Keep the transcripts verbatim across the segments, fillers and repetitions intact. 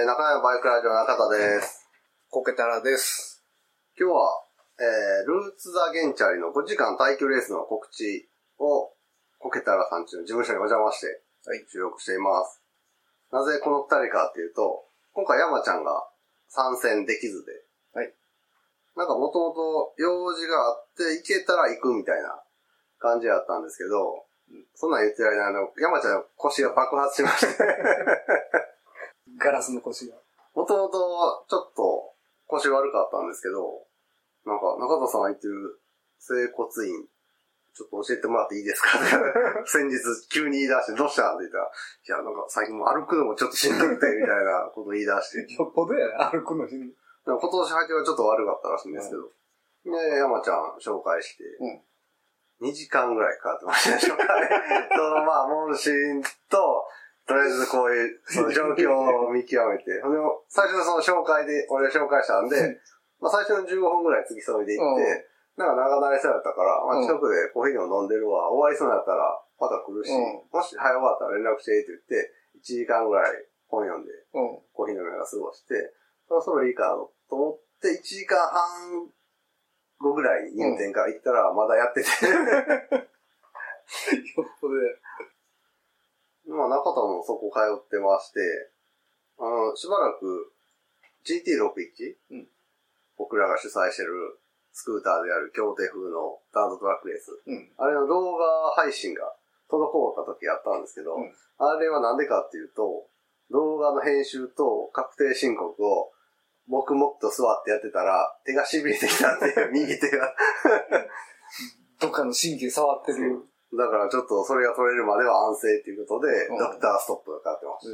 ー、中山バイクラジオ中田です。 コケタラです。 今日は、えー、ルーツ・ザ・ゲンチャリのごじかん耐久レースの告知をコケタラさんちの事務所にお邪魔して収録しています。はい、なぜこのふたりかっていうと、今回山ちゃんが参戦できずで、 はい、 なんかもともと用事があって行けたら行くみたいな感じだったんですけど、そんなん言ってる間にあの山ちゃんの腰が爆発しましてガラスの腰がもともとちょっと腰悪かったんですけど、なんか中田さんが言ってる整骨院ちょっと教えてもらっていいですか先日急に言い出してどうしたんって言ったら、いやなんか最近も歩くのもちょっとしんどくてみたいなことを言い出してよっぽどやね、歩くのしんどい。 今年入ってはちょっと悪かったらしいんですけど、うん、で山ちゃん紹介して、うんにじかんぐらいかかってましたね、紹介。そのまあ、問診と、とりあえずこういう、その状況を見極めて、でも最初のその紹介で、俺紹介したんで、まあ最初のじゅうごふんぐらい付き添いで行って、うん、なんか長慣れそうだったから、まあ近くでコーヒーでも飲んでるわ、終わりそうになったらまた来るし、うん、もし早終わったら連絡してって言って、いちじかんぐらい本読んで、コーヒー飲みながら過ごして、そろそろいいかなと思って、いちじかんはん、ごぐらいに入店から行ったらまだやってて、うん、よっぽどでまあ中田もそこ通ってまして、あのしばらく ジーティーろくじゅういち、うん、僕らが主催してるスクーターである京手風のダートトラックレース、うん、あれの動画配信が滞った時あったんですけど、うん、あれはなんでかっていうと、動画の編集と確定申告を黙々と座ってやってたら、手が痺れてきたっていう、右手が。 どっかの神経触ってる。 だからちょっとそれが取れるまでは安静っていうことで、うん、ドクターストップがかかってました。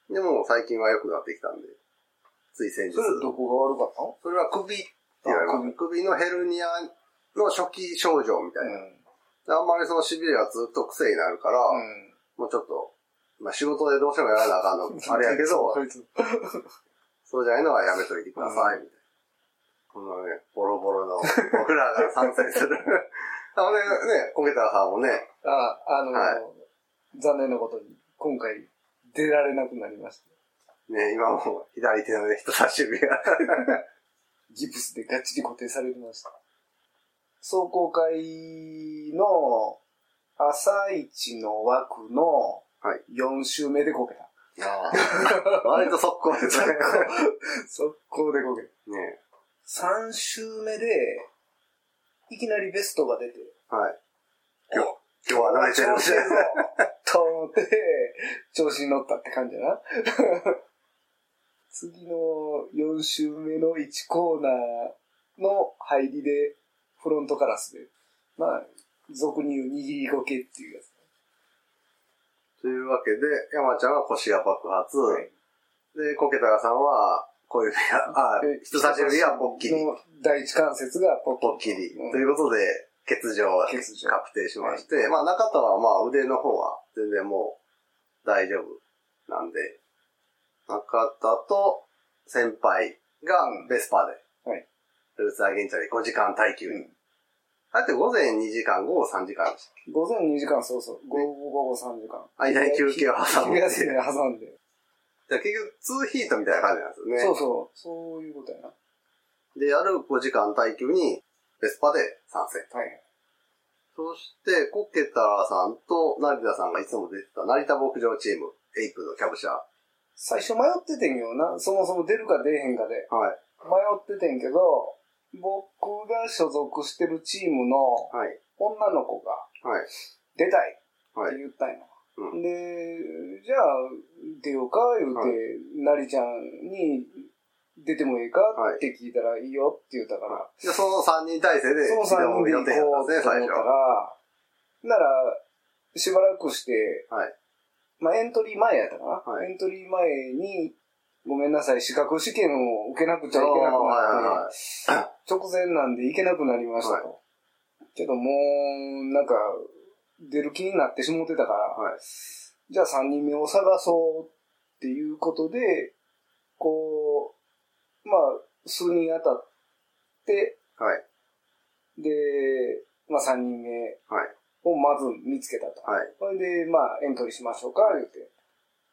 でも最近は良くなってきたんで、つい先日。 それはどこが悪かったの？ それは首って言われます。首のヘルニアの初期症状みたいな。うん、あんまりその痺れがずっと癖になるから、うん、もうちょっと、まあ仕事でどうしてもやらなあかんの、あれやけど、そうじゃないのはやめといてください、みたいな。このね、ボロボロの僕らが参戦する。あのね、ね、コケタさんもね。 あ、あの、はい、残念なことに、今回出られなくなりました。 ね、今も左手のね、人差し指が。 ギプスでガッチリ固定されてました。壮行会の朝一の枠のよん週目でこけた。 ああ割と速攻ですね。 速攻でこけ。 ねさん週目で、いきなりベストが出て。 はい。今日、今日は慣れてるし。 と思って、調子に乗ったって感じだな。次のよん週目のいちコーナーの入りで、フロントガラスで、まあ、俗に言う握りこけっていうやつ。 というわけで、山ちゃんは腰が爆発。はい、で、コケタガさんは、小指が、あ、人差し指がポッキリ。 第一関節がポッキリ。うん、ということで、欠場が確定しまして、はい、まあ中田はまあ腕の方は全然もう大丈夫なんで、中田と先輩がベスパで、うんはい、ルーツアゲンチャリごじかん耐久に。うんあって午前にじかん、午後さんじかんでしたっけ？ 午前にじかん、そうそう。午後さんじかん。 間に休憩を挟んで。 昼休みを挟んで。 じゃあ結局、ツーヒートみたいな感じなんですよね。 そうそう。そういうことやな。 で、あるごじかん耐久に、ベスパで参戦。 はい。 そして、コケタさんと成田さんがいつも出てた成田牧場チーム、エイプのキャブ車。 最初迷っててんよな。そもそも出るか出えへんかで。 はい。 迷っててんけど、僕が所属してるチームの女の子が出たいって言ったんや、はいはい、で、じゃあ出ようか言うて、はい、なりちゃんに出てもいいかって聞いたらいいよって言ったから、はい、 でそのさんにん体制でそのさんにんで行こうって思ったら、ならしばらくして、はい、まあエントリー前やったかな、はい、エントリー前にごめんなさい、資格試験を受けなくちゃいけなくなって、はいはいはい、直前なんで行けなくなりましたと。はい、けどもう、なんか、出る気になってしもってたから、はい、じゃあさんにんめを探そうっていうことで、こう、まあ、数人当たって、はい、で、まあさんにんめをまず見つけたと。はい、それで、まあエントリーしましょうか、言うて。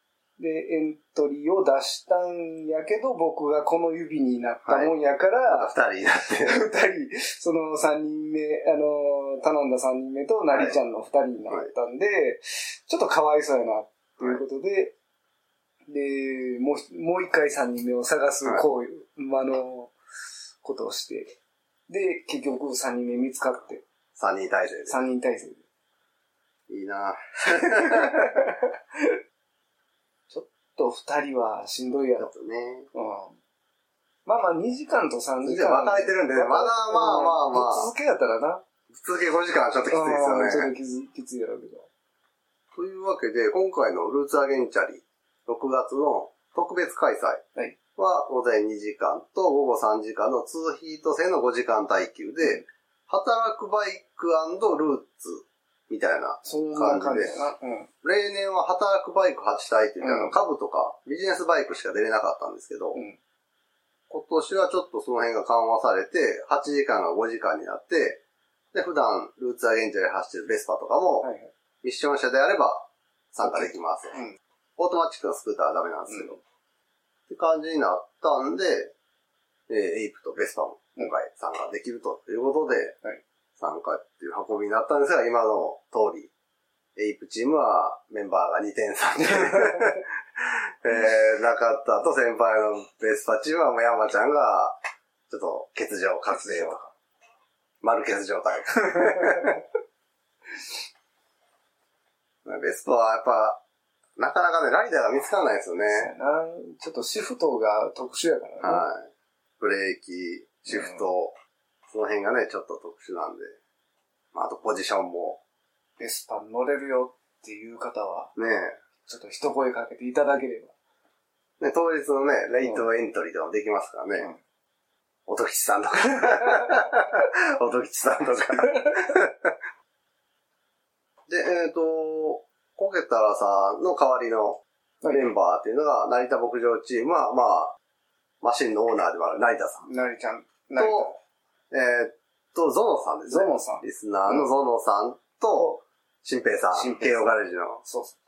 で、エントリーを出したんやけど、僕がこの指になったもんやから、 二、はい、人になって。 二人、その三人目、あの、頼んだ三人目となりちゃんの二人になったんで、はいはい、ちょっとかわいそうやな、ということで、はい、で、もう、もう一回三人目を探す行為、はい、あの、ことをして、で、結局三人目見つかって。 三人体制で。 三人体制で。 いいなちょっと二人はしんどいやろ。 ちょっとね。 うん。まあまあにじかんとさんじかん。 分かれてるんでね、まだまあまあまあ。 ぶっ続けやったらな。 ぶっ続けごじかんはちょっときついですよね。 ちょっときついやろうけど。 というわけで、今回のルーツアゲンチャリろくがつの特別開催は午前にじかんと午後さんじかんのにヒート制のごじかん耐久で、うん、働くバイク&ルーツみたいな感じで、うん、例年は働くバイクはちたいっていうか、うん、株とかビジネスバイクしか出れなかったんですけど、うん、今年はちょっとその辺が緩和されて、はちじかんがごじかんになって、で、普段ルーツアゲンチャリで走ってるベスパとかも、はいはい、ミッション車であれば参加できます。うん、オートマチックのスクーターはダメなんですけど、うん、って感じになったんで、えー、エイプとベスパも今回参加できるということで、はい、参加っていう運びになったんですが、今の通り、エイプチームはメンバーがにてんさんで、えー、なかったと先輩のベスパチームはもう山ちゃんが、ちょっと欠場確定とか、丸欠状態。ベスパはやっぱ、なかなかね、ライダーが見つからないですよね。 ちょっとシフトが特殊やからね。 はい。ブレーキ、シフト、うん、その辺がね、ちょっと特殊なんで。まあ、あとポジションも。 ベスパ乗れるよっていう方は、 ねえ。 ちょっと一声かけていただければ。 ね、当日のね、レイトエントリーでもできますからね。うん、音吉さんとか。音吉さんとか。で、えっと、コケタラさんの代わりのメンバーっていうのが、成田牧場チームは、まあ、マシンのオーナーでもある成田さん。 成ちゃん。 と、えー、っと、ゾノさんですね。 ゾノさん。 リスナーのゾノさんと、新平さん。慶応ガレージの。 そうそう。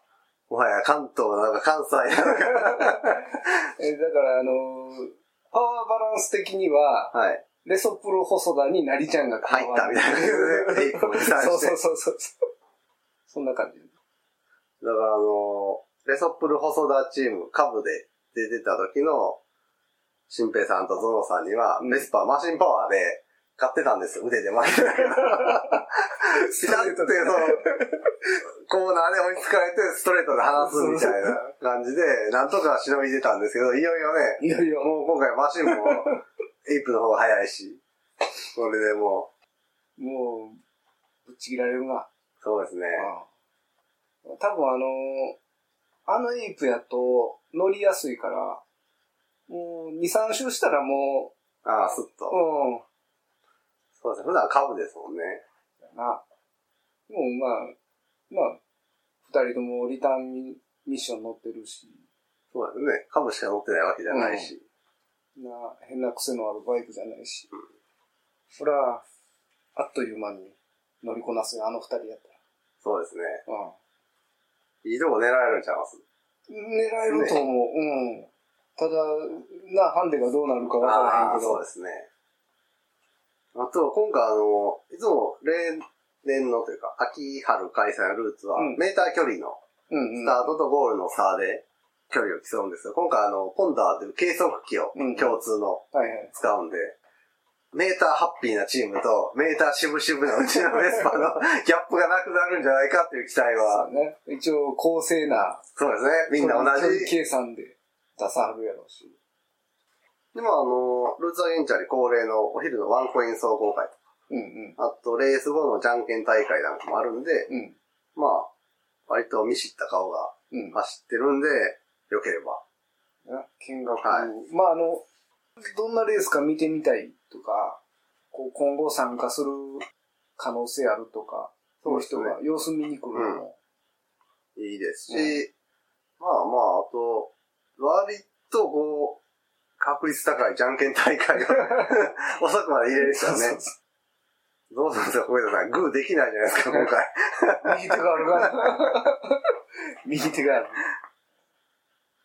もはや関東なのか関西なのか。 えだから、あのー、パワーバランス的には、はい。レソプル細田に成ちゃんが入ったみたいな。 そうそうそうそう。そんな感じ。 だからあのー、レソプル細田チーム、株で出てた時の、新平さんとゾノさんには、ベスパー、マシンパワーで買ってたんですよ、腕で巻いて。ピタッて、その、コーナーで追いつかれて、ストレートで離すみたいな感じで、なんとかしのいでたんですけど、いよいよね、 いよいよもう今回マシンも、エイプの方が早いし、これでもう、もう、ぶっちぎられるな。 そうですね。 うん、多分あの、あのエイプやと乗りやすいから、もう、に、さん周したらもう、ああ、スッと。うん。そうですね。普段株ですもんね。 だな。でもまあ、まあ、二人ともリターンミッション乗ってるし。 そうですね。株しか乗ってないわけじゃないし。 うん、な変な癖のあるバイクじゃないし。うん、それは、あっという間に乗りこなすよ、あの二人やったら。 そうですね。うん。いいとこ狙えるんちゃいます？ 狙えると思う。ね、うん。ただ、な、ハンデがどうなるかわからへんけど。 そうですね。あと、今回あの、いつも例年のというか、秋春開催のルーツは、うん、メーター距離の、スタートとゴールの差で距離を競うんですよ。今回あの、ポンダーという計測器を共通の使うんで、メーターハッピーなチームと、メーター渋々なうちのベスパのギャップがなくなるんじゃないかっていう期待は。 そうね。一応、公正な。 そうですね。みんな同じ。 計算で。出さはるやろうし。 でもあの、ルーツアゲンチャリ恒例のお昼のワンコイン総合会とか、うんうん、あとレース後のじゃんけん大会なんかもあるんで、うん、まあ、割と見知った顔が走ってるんで、うん、よければ。 見学、はい、まああの、どんなレースか見てみたいとか、こう今後参加する可能性あるとか、そういう人が様子見に来るのも、 うん、いいですし、うん、まあまあ、あと、割とこう、確率高いじゃんけん大会を遅くまで入れる人はね。どうするんですか、小枝さん。グーできないじゃないですか、今回。 右手があるから。右手がある。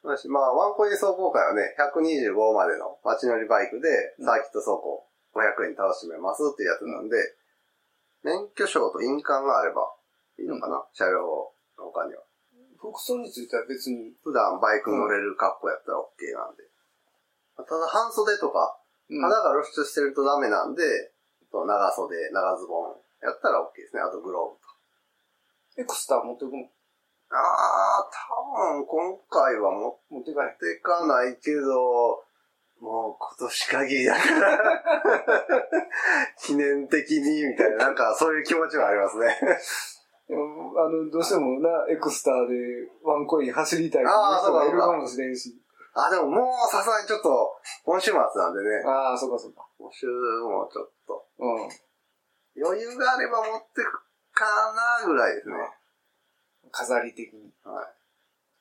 まあ、ワンコイン走行会はね、ひゃくにじゅうごまでの街乗りバイクでサーキット走行ごひゃくえん楽しめますっていうやつなんで、うん、免許証と印鑑があればいいのかな、うん、車両の他には。 服装については別に。 普段バイク乗れる格好やったら OK なんで。うん、ただ半袖とか、肌が露出してるとダメなんで、長袖、長ズボンやったら OK ですね。あとグローブと。 エクスター持ってくの？ あー、多分今回は持ってかないけど、もう今年限りだから記念的にみたいな、なんかそういう気持ちはありますね。 でもあのどうしてもな、エクスターでワンコイン走りたい人がいるかもしれんし。 あ、でももうさすがにちょっと今週末なんでね。 ああ、そうかそうか。 今週もちょっと、うん、余裕があれば持ってくかなぐらいですね。 飾り的に。 はい。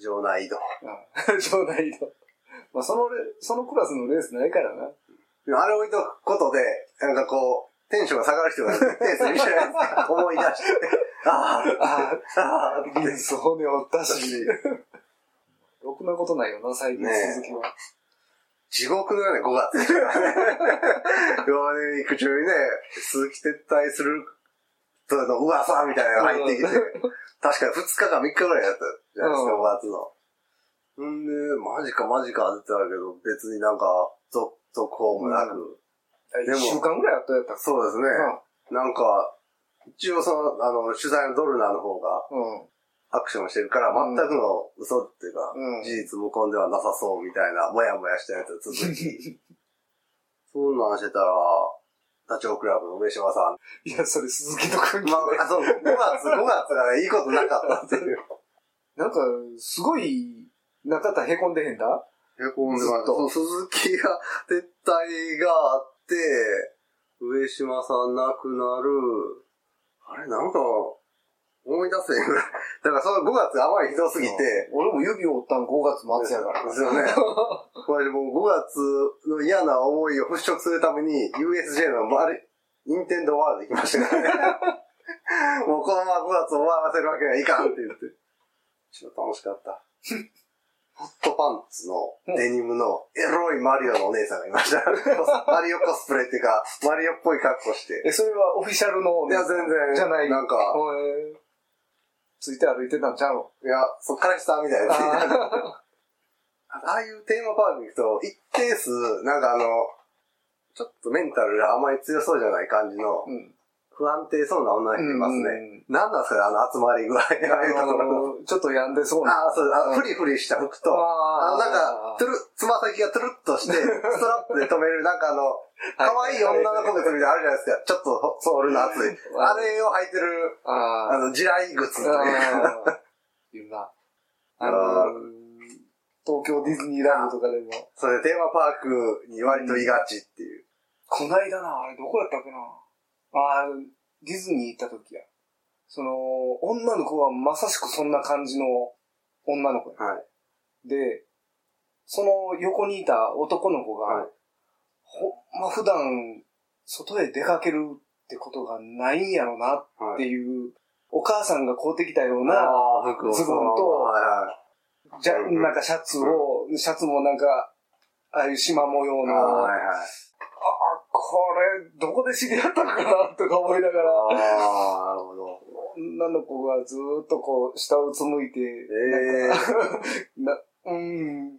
場内移動。 うん、場内移動。まあそのレ、そのクラスのレースないからな。 あれ置いとくことで、なんかこう、テンションが下がる人がテンション見せない思い出して、ああ、ああ、ああ、 って。そうね、おったし。ろくなことないよな、最近、鈴木は。 地獄のようなごがつ。ゴールデンウィーク中にね、鈴木撤退するとの噂みたいなのが入ってきて、確かにふつかかみっかぐらいやったじゃないですか、ごがつの。んで、マジかマジかって言ってたけど、別になんか、続報もなく。 でもいっしゅうかんぐらいやったやったっけ？ そうですね。うん、なんか、一応その、あの、取材のドルナーの方が、アクションしてるから、全くの嘘っていうか、うん、事実無根ではなさそうみたいな、もやもやしたやつが続き。そんなんしてたら、ダチョウ倶楽部の上島さん。 いや、それ鈴木と関係ない。 まあ、そう、ごがつ、ごがつがね、いいことなかったっていう。 なんか、すごい、中田へこんでへんだ？ へこんでました。鈴木が、撤退があって、上島さん亡くなる。あれ、なんか、思い出せへんぐらい。だからそのごがつあまりひどすぎて。 俺も指を折ったんごがつ末やから。 ですよね。これでもうごがつの嫌な思いを払拭するために ユーエスジェー の周り、ニンテンドーワールド行きましたからね。もうこのままごがつ終わらせるわけにはいかんって言って。ちょっと楽しかった。ホットパンツのデニムのエロいマリオのお姉さんがいました。マリオコスプレっていうか、マリオっぽい格好して。 え、それはオフィシャルの？ いや、全然。 じゃない。 なんか、 えー、ついて歩いてたんちゃうの？ いや、そっからしたみたいな。ああいうテーマパーク行くと、一定数、なんかあの、ちょっとメンタルがあまり強そうじゃない感じの、うん、不安定そうな女の人いますね。何なんですかね、あの集まり具合。 ちょっと病んでそうな。ああ、そう、あのフリフリした服と、あのなんか、トゥル、つま先がトゥルッとして、ストラップで止める、なんかあの、可愛い女の子靴みたいなのあるじゃないですか。ちょっとソールの厚い。あれを履いてる、あの、地雷靴というか。 いるな。あの、東京ディズニーランドとかでも。 それテーマパークに割といがちっていう。 こないだな、あれどこやったっけな。ああ、ディズニー行った時や。その、女の子はまさしくそんな感じの女の子や。はい。で、その横にいた男の子が、はい、ほんま普段、外へ出かけるってことがないんやろなっていう、はい、お母さんが買うてきたようなズボンと、はいはい、じゃ、なんかシャツを、うん、シャツもなんか、ああいう縞模様の、はいはい、あ、これ、どこで知り合ったのかなとか思いながら、あなるほど。女の子がずーっとこう、下をうつむいて、えー、なうん、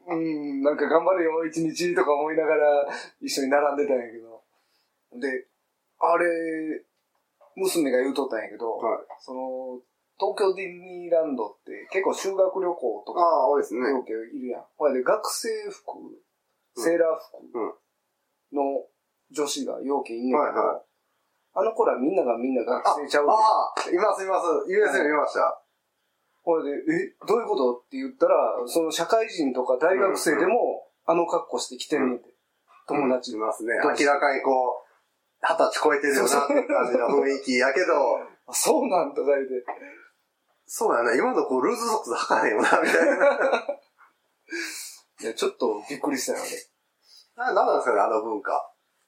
うん、なんか頑張れよ、一日とか思いながら一緒に並んでたんやけど。で、あれ、娘が言うとったんやけど、はい、その、東京ディズニーランドって結構修学旅行とか、 ああ、多いですね。 いるやん。ほらで、学生服、セーラー服の女子がようけいんねんけど、はいはい、あの頃はみんながみんな学生ちゃうで。 ああ、いますいます。ユーエスエー 見ました。 ほらで、え、どういうことって言ったら、その社会人とか大学生でも、あの格好して来てんねんって。友達。 いますね。明らかにこう、二十歳超えてるよなって感じの雰囲気やけど。 そうなんとか言って。 そうやね。今の子ルーズソックス履かへんよな、みたいな。 いや、ちょっとびっくりしたよね。 あ、なんなんですかね、あの文化。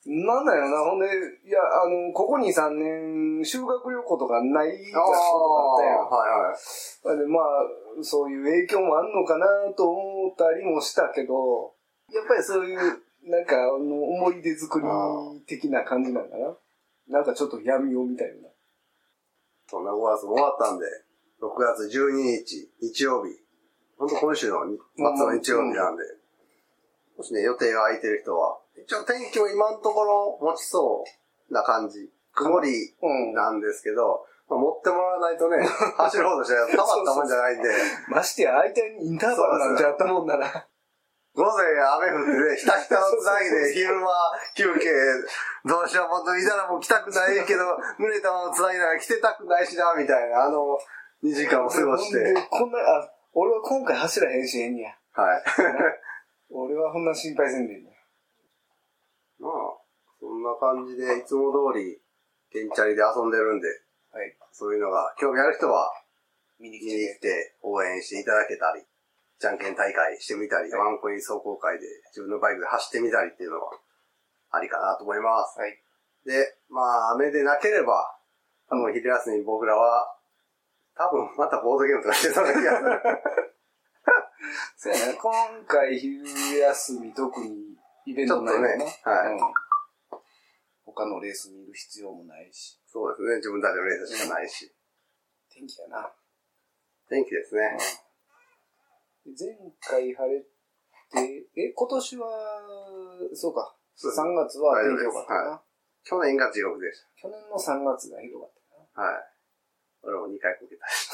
なんだよな、ほんで、いや、あの、ここに、さんねん、修学旅行とかない学校とかあったやん。はいはい。で、まあ、そういう影響もあんのかなと思ったりもしたけど、やっぱりそういう、なんか、あの、思い出作り的な感じなんだな。なんかちょっと闇を見たような。 そんなごがつも終わったんで、ろくがつじゅうににち、日曜日。ほんと今週の末の日曜日なんで、もしね、予定が空いてる人は、一応天気も今のところ持ちそうな感じ。曇りなんですけど、まあ、持ってもらわないとね、走るほどしてたまったもんじゃないんで。 ましてや相手にインターバルなんちゃったもんなら。 午前雨降ってね、ひたひたのつなぎで昼間休憩、どうしようもといたらもう来たくないけど、濡れたままつなぎながら来てたくないしな、みたいな、あのにじかんを過ごして。 こんな、あ、俺は今回走らへんしえんや。 はい。 俺はこんな心配せんでいいね。 まあ、そんな感じで、いつも通り、ケンチャリで遊んでるんで、はい、そういうのが興味ある人は、見に来て応援していただけたり、じゃんけん大会してみたり、はい、ワンコイン走行会で自分のバイクで走ってみたりっていうのは、ありかなと思います。はい、で、まあ、雨でなければ、多分昼休み僕らは、多分またボードゲームとかしてそうな気がする。 そうやね。今回昼休み特にイベントないよね。ね、はい、うん。他のレース見る必要もないし。 そうですね。自分たちのレースしかないし。 うん、天気やな。 天気ですね。 うん、前回晴れて、え、今年は、そうか。さんがつは天気良かったな、はい。 去年が地獄でした。 去年のさんがつがひどかったな。はい。 俺もにかいこけたし。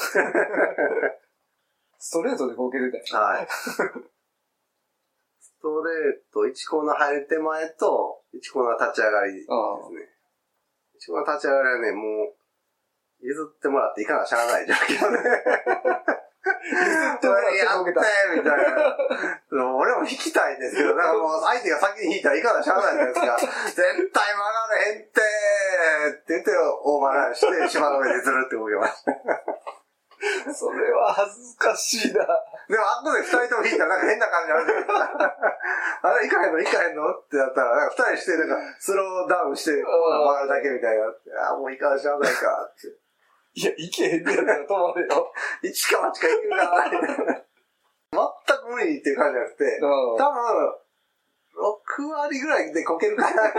ストレートでこけてたよ、ね。はい。 ストレート、いちコーナー入る手前と、いちコーナー立ち上がりですね。いちコーナー立ち上がりはね、もう、譲ってもらっていかなしゃあない状況で。譲ってもらってこけた。やってみたいな。俺も引きたいんですけど、なんかもう相手が先に引いたらいかなしゃあないじゃないですか。絶対曲がれへんってーって言って、大回りして島の上でずるってこけました。 それは恥ずかしいな。 でも、あとで二人とも引いたらなんか変な感じになるじゃないですか。あれ、行かへんの行かへんのってなったら、なんか二人して、なんか、スローダウンして、曲がるだけみたいなって。ああ、もう行かなしゃあないかって。 いや、行けへんねやったら止まれよ。 一か八か行けるかな、みたいな。全く無理っていう感じじゃなくて、多分、ろくわりぐらいでこけるかな。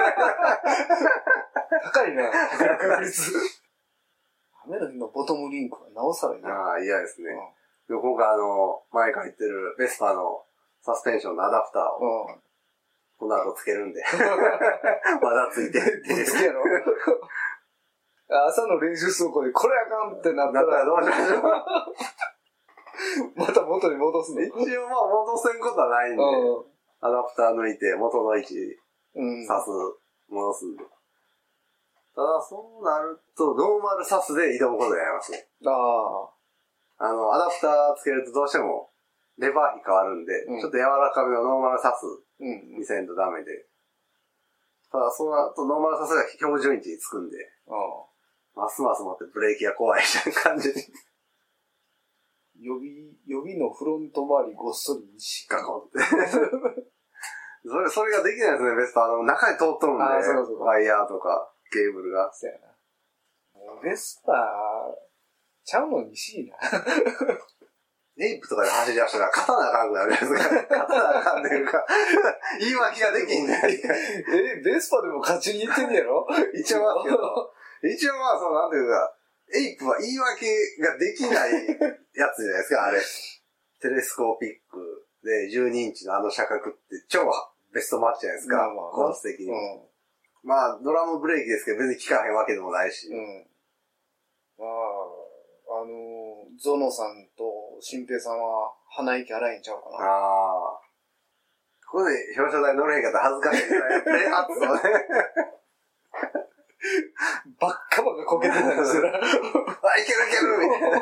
高いな、確率。雨の日のボトムリンクはなおさらいいな。 ああ、嫌ですね。うん、今回あの、前から言ってるベスパのサスペンションのアダプターを、うん、この後つけるんで。まだついてって。 つけやろ朝の練習走行でこれあかんってなったらどうしましょう。 また元に戻すの。 一応まあ戻せんことはないんで、うん、アダプター抜いて元の位置刺す、うん、戻すんで。ただそうなるとノーマル刺すで挑むことになりますね。ああ。あの、アダプターつけるとどうしてもレバー比変わるんで、うん、ちょっと柔らかめのノーマル刺すにせんとダメで。ただそうなるとノーマル刺すが標準位置につくんで、ああますますもってブレーキが怖いみたいな感じに。 予備、予備のフロント周りごっそり石囲って。それ、それができないですね、ベスパ。あの、中に通っとるんで、そうそうそうワイヤーとか、ケーブルが。そうやな。ベスパ、ちゃうのにしいな。 エイプとかで走り出したら、勝たなあかんくなるじゃないですか。勝たなあかんっていうか、言い訳ができんね。 え、ベスパでも勝ちに行ってんやろ一応はけど、一応まあ、その、なんていうか、エイプは言い訳ができないやつじゃないですか、あれ。テレスコーピックでじゅうにインチのあの車角って超ベストマッチじゃないですか、まあまあ、コース的に、うん。まあ、ドラムブレーキですけど別に効かへんわけでもないし。うん、 まあ、あの、ゾノさんとシンペイさんは鼻息荒いんちゃうかな。ああ。 ここで表彰台乗れへんかったら恥ずかしいぐらい、プレハッツをね。 ばっかばっかこけてたりする。あ、いけるいけるみたいな。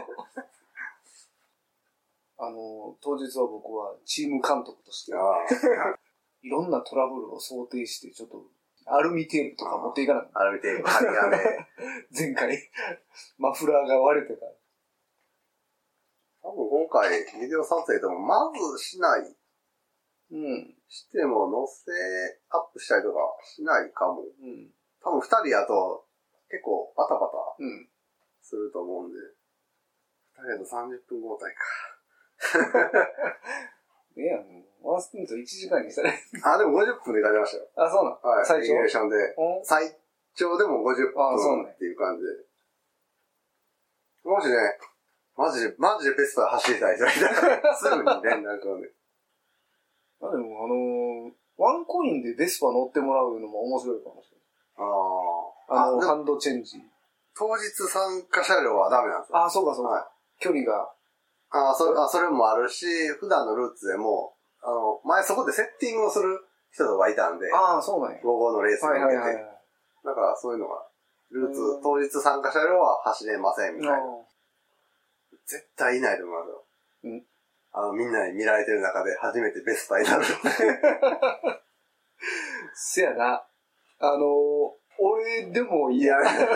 あの、当日は僕はチーム監督として、いろんなトラブルを想定して、ちょっと、アルミテープとか持っていかなかった。 アルミテープ、針金。 前回、マフラーが割れてた。 多分今回、ビデオ撮影でもまずしないうん。 しても載せアップしたりとかしないかも。うん。多分二人やと結構バタバタすると思うんで。二、うん、人やとさんじゅっぷん交代か。 ええやん。ワンスプーンといちじかんにしたらあ、でもごじゅっぷんで書いてましたよ。 あ、そうなのはい。 最長レギュレーションで。最長でもごじゅっぷんっていう感じで。もしね、マジで、マジでベスパー走りたい人いたら、すぐに連絡をね。 あ、でもあのー、ワンコインでベスパー乗ってもらうのも面白いかもしれない。ああ。あの、ハンドチェンジ。 当日参加車両はダメなんですよ。 あ、そうかそうか。はい、距離が。 あそれ、あ、それもあるし、普段のルーツでも、あの、前そこでセッティングをする人とかいたんで。 ああ、そうなんや。 午後のレースに向けて。はいはいはい。だからそういうのが、ルーツ、当日参加車両は走れませんみたいな。絶対いないと思いますよ。うん。あの、みんなに見られてる中で初めてベスパーになる。 せやな。あのー、俺でも嫌。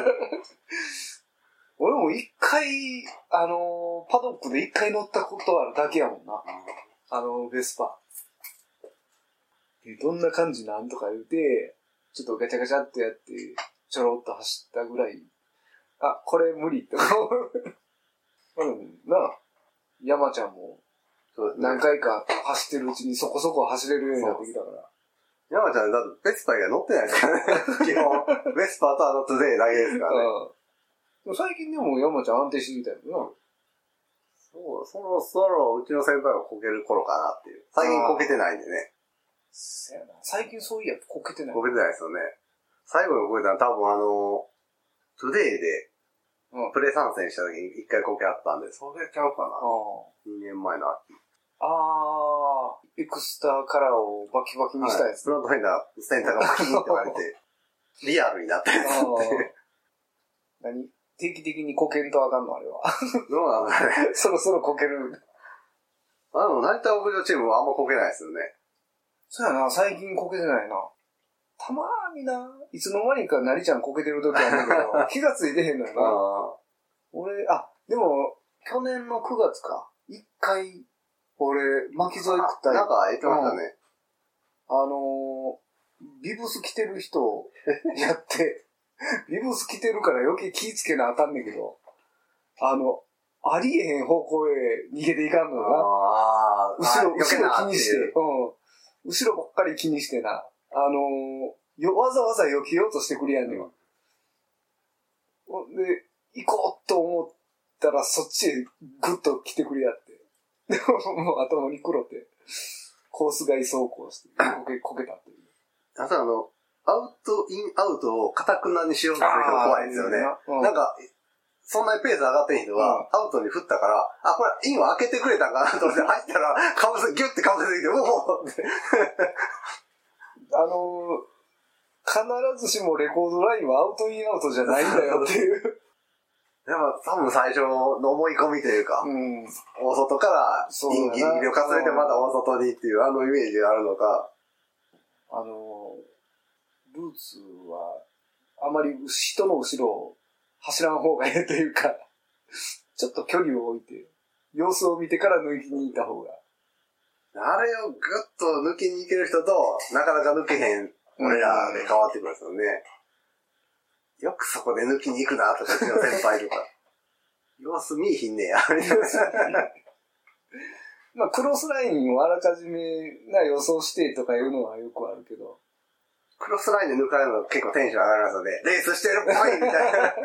俺も一回、あのー、パドックで一回乗ったことあるだけやもんな。うん、あのー、ベスパー。で、どんな感じなんとか言うて、ちょっとガチャガチャってやって、ちょろっと走ったぐらい、あ、これ無理って思う。うん、なあ、山ちゃんも、何回か走ってるうちにそこそこ走れるようになってきたから。 山ちゃん、だってベスパー以外乗ってないですからね。基本。ベスパーとあのトゥデイだけですからね。 うん、最近でも山ちゃん安定してきたよな。 そう、そろそろうちの先輩がこける頃かなっていう。最近こけてないんでね。 そやな。最近そういやこけてない。 こけてないですよね。最後にこけたのは多分あの、トゥデイで、プレ参戦した時に一回こけあったんで、それちゃうかな。にねんまえの秋。 あー、エクスターカラーをバキバキにしたやつ。 はい、フロントフェンダー、センターがバキーンって割れて、リアルになったやつって。 何定期的にこけんとあかんのあれは。 どうなんだね。 そろそろこける。 あの、成田屋上チームはあんまこけないですよね。 そうやな、最近こけてないな。たまーにな、いつの間にかなりちゃんこけてる時あるんだけど、気がついてへんのよな。あ俺、あ、でも、去年のくがつか。一回、俺、巻き添え食ったり。 なんか言ってましたね。 うん、あのー、ビブス着てる人やって、ビブス着てるから余計気ぃつけなあかんねんけど、あの、ありえへん方向へ逃げていかんのよな。あ後ろ、後ろ気にして、うん。後ろばっかり気にしてな。あのー、よ、わざわざ避けようとしてくれやんねん。うん、で、行こうと思ったらそっちへグッと来てくれやって。でも、もう頭に黒って、コース外走行して、こけ、こけたっていう。 あとあの、アウト、イン、アウトを固くなにしようとする人が怖いですよね。うん、なんか、そんなにペース上がってん人が、アウトに振ったから、あ、これ、インを開けてくれたんかなと思って入ったら、かぶせ、ギュッてかぶせすぎて、おおって。 あのー、必ずしもレコードラインはアウトインアウトじゃないんだよっていう。 でも多分最初の思い込みというか、うん、大外からインギリギリを重ねてまた大外にっていうあのイメージがあるのか。 あのー、ルーツはあまり人の後ろを走らん方がいいというか、ちょっと距離を置いて、様子を見てから抜きに行った方が。 あれをぐっと抜きに行ける人と、なかなか抜けへん俺らで変わってくるんですよね。よくそこで抜きに行くなとか、うちの先輩とか。様子見えひんねや、みたいな。 まあ、クロスラインをあらかじめな予想してとかいうのはよくあるけど。 クロスラインで抜かれるの結構テンション上がりますので、レースしてるっぽいみたいな。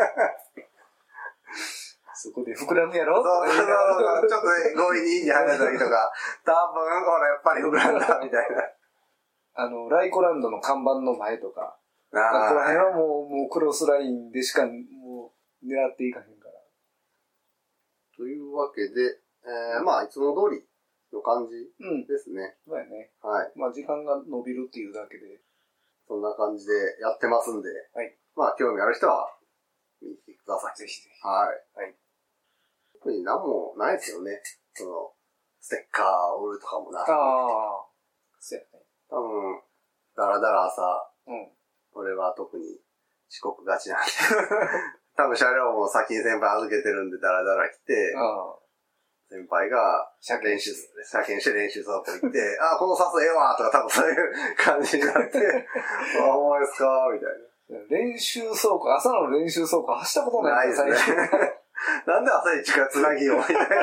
そこで膨らむやろそうそうそう。ちょっとね、強引にインに入られた時とか、多分、ほら、やっぱり膨らんだ、みたいな。 あの、ライコランドの看板の前とか、この辺はもう、もうクロスラインでしか、もう、狙っていかへんから。 というわけで、えー、まあ、いつも通りの感じですね。 うん、そうやね。 はい。 まあ、時間が伸びるっていうだけで。 そんな感じでやってますんで、 はい。 まあ、興味ある人は、見に来てください。 ぜひぜひ。 はい。はい。特に何もないですよね。その、ステッカーを売るとかもなくて。ああ。そうやね。 多分、だらだら朝、 うん。 俺は特に遅刻がちなんで。多分車両も先に先輩預けてるんでだらだら来て、 先輩が、練習、車検して練習走行行って、あ、このサスええわとか多分そういう感じになって、あ、ほんまですかみたいな。練習走行、朝の練習走行走ったことないですね。なんで朝一からつなぎようみたいな。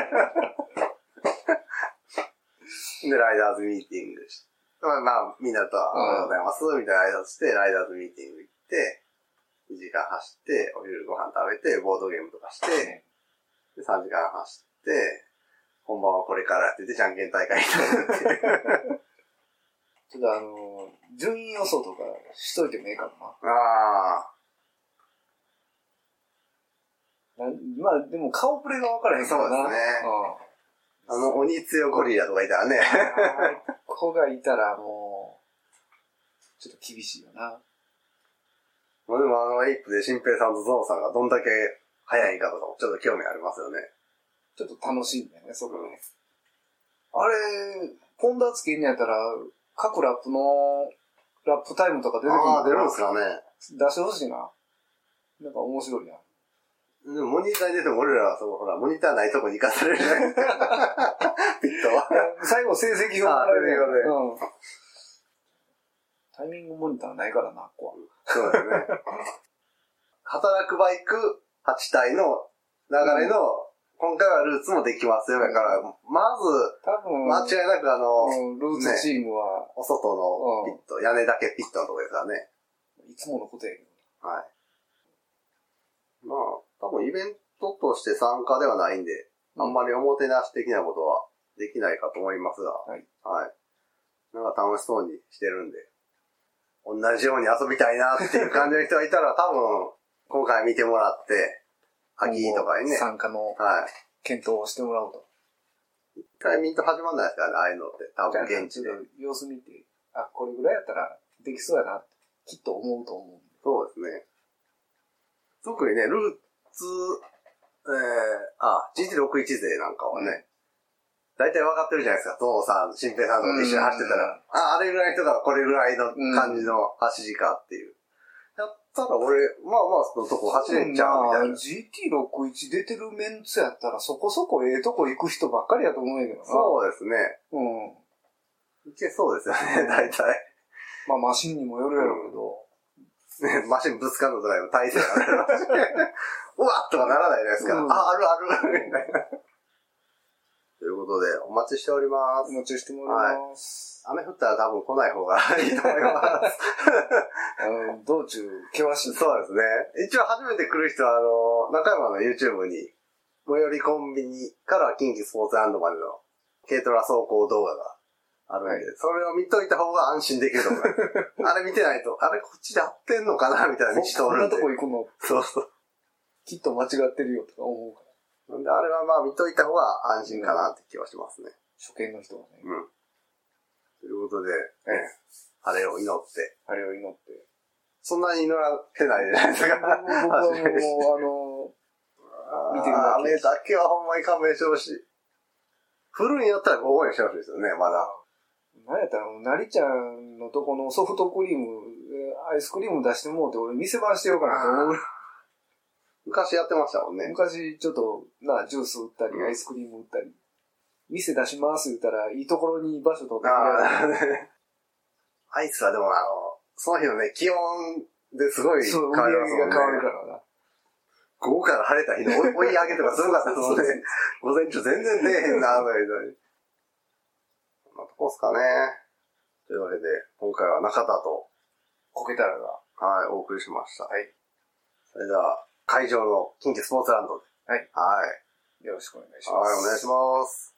で、ライダーズミーティングして、まあ、まあ、みんなとはおはようございます、みたいな挨拶して、ライダーズミーティング行って、にじかん走って、お昼ご飯食べて、ボードゲームとかして、でさんじかん走って、本番はこれからって言って、じゃんけん大会になるっていう。 ちょっとあのー、順位予想とかしといてもええかもな。 ああ。 まあ、でも顔プレが分からへんからな。 そうですね。うん、あの、鬼強ゴリラとかいたらね。 子がいたらもう、ちょっと厳しいよな。 まあでもあの、エイプで新平さんとゾノさんがどんだけ速いかとかもちょっと興味ありますよね。 ちょっと楽しいんだよね、そこね。うん、あれ、ポンダーつけんやったら、各ラップの、ラップタイムとか出てくるのかな。 ああ、出るんですかね。 出してほしいな。なんか面白いな。 でもモニターに出ても俺らはそう、ほら、モニターないとこに行かされるじゃないですか。ピットは。 最後成績表もらえるよね。 うん。タイミングモニターないからな、ここは。 そうですね。働くバイクはち体の流れの、うん、今回はルーツもできますよ。だから、まず、 多分、 間違いなくあの、 うん、ルーツチームは、ね、 お外のピット、うん、屋根だけピットのとこですからね。 いつものことやけど。はい。まあ、多分イベントとして参加ではないんで、うん、あんまりおもてなし的なことはできないかと思いますが、はい。はい。なんか楽しそうにしてるんで、同じように遊びたいなっていう感じの人がいたら、多分、今回見てもらって、秋とかにね。 参加の、はい。検討をしてもらおうと。 一回ミント始まんないですからね、ああいうのって。多分現地で。 様子見て、あ、これぐらいやったらできそうやなって、きっと思うと思う。 そうですね。特にね、ルーツ、えー、あ、ジーティーろくじゅういち 勢なんかはね、大体分かってるじゃないですか。ゾウさん、新平さんとか一緒に走ってたら、あ、あれぐらいの人がこれぐらいの感じの走りかっていう。やったら俺、まあまあそのとこ走れんちゃうみたいな。 ジーティーろくじゅういち 出てるメンツやったらそこそこええとこ行く人ばっかりやと思うんやけどな。 そうですね。うん。いけそうですよね、大体。 まあマシンにもよるやろうけど。 ね、マシンぶつかるのとかでも体勢がある。うわっとかならないじゃないですか。うん、あ、あるあるみたいな。ということで、お待ちしております。 お待ちしております。 はい、雨降ったら多分来ない方がいいと思います。 うん、道中、険しい。 そうですね。一応初めて来る人は、あの、中山の YouTube に、最寄りコンビニから近畿スポーツランドまでの軽トラ走行動画があるんで、はい、それを見といた方が安心できると思います。あれ見てないと、あれこっちで合ってんのかなみたいな道通るんで。 こんなとこ行くのそうそう。きっと間違ってるよとか思うから。 なんであれはまあ見といた方が安心かなって気はしますね。 初見の人はね。 うん。ということで、ええ、晴れを祈って。 晴れを祈って。 そんなに祈らってないじゃないですか。僕はもう、あの、見てるだけ。 雨だけはほんまに勘弁してほしい。降るんやったら午後にしてほしいですよね、まだ。 なんやったら、なりちゃんのとこのソフトクリーム、アイスクリーム出してもうて、俺店番してようかなと思う。 昔やってましたもんね。 昔ちょっと、な、ジュース売ったり、アイスクリーム売ったり。店出します言ったら、いいところに場所取ってくれる。 アイスはでもあの、その日のね、気温ですごい変わりますもんね。 が変わるからな。 午後から晴れた日の追い上げとかすごかったですもんね。午前中全然出えへんな、とか言うと。こんなとこっすかね。というわけで、今回は中田と、 こけたらが、 はい、お送りしました。 はい。 それでは、会場の近畿スポーツランドで。 はい。 はい。 よろしくお願いします。 はい、お願いします。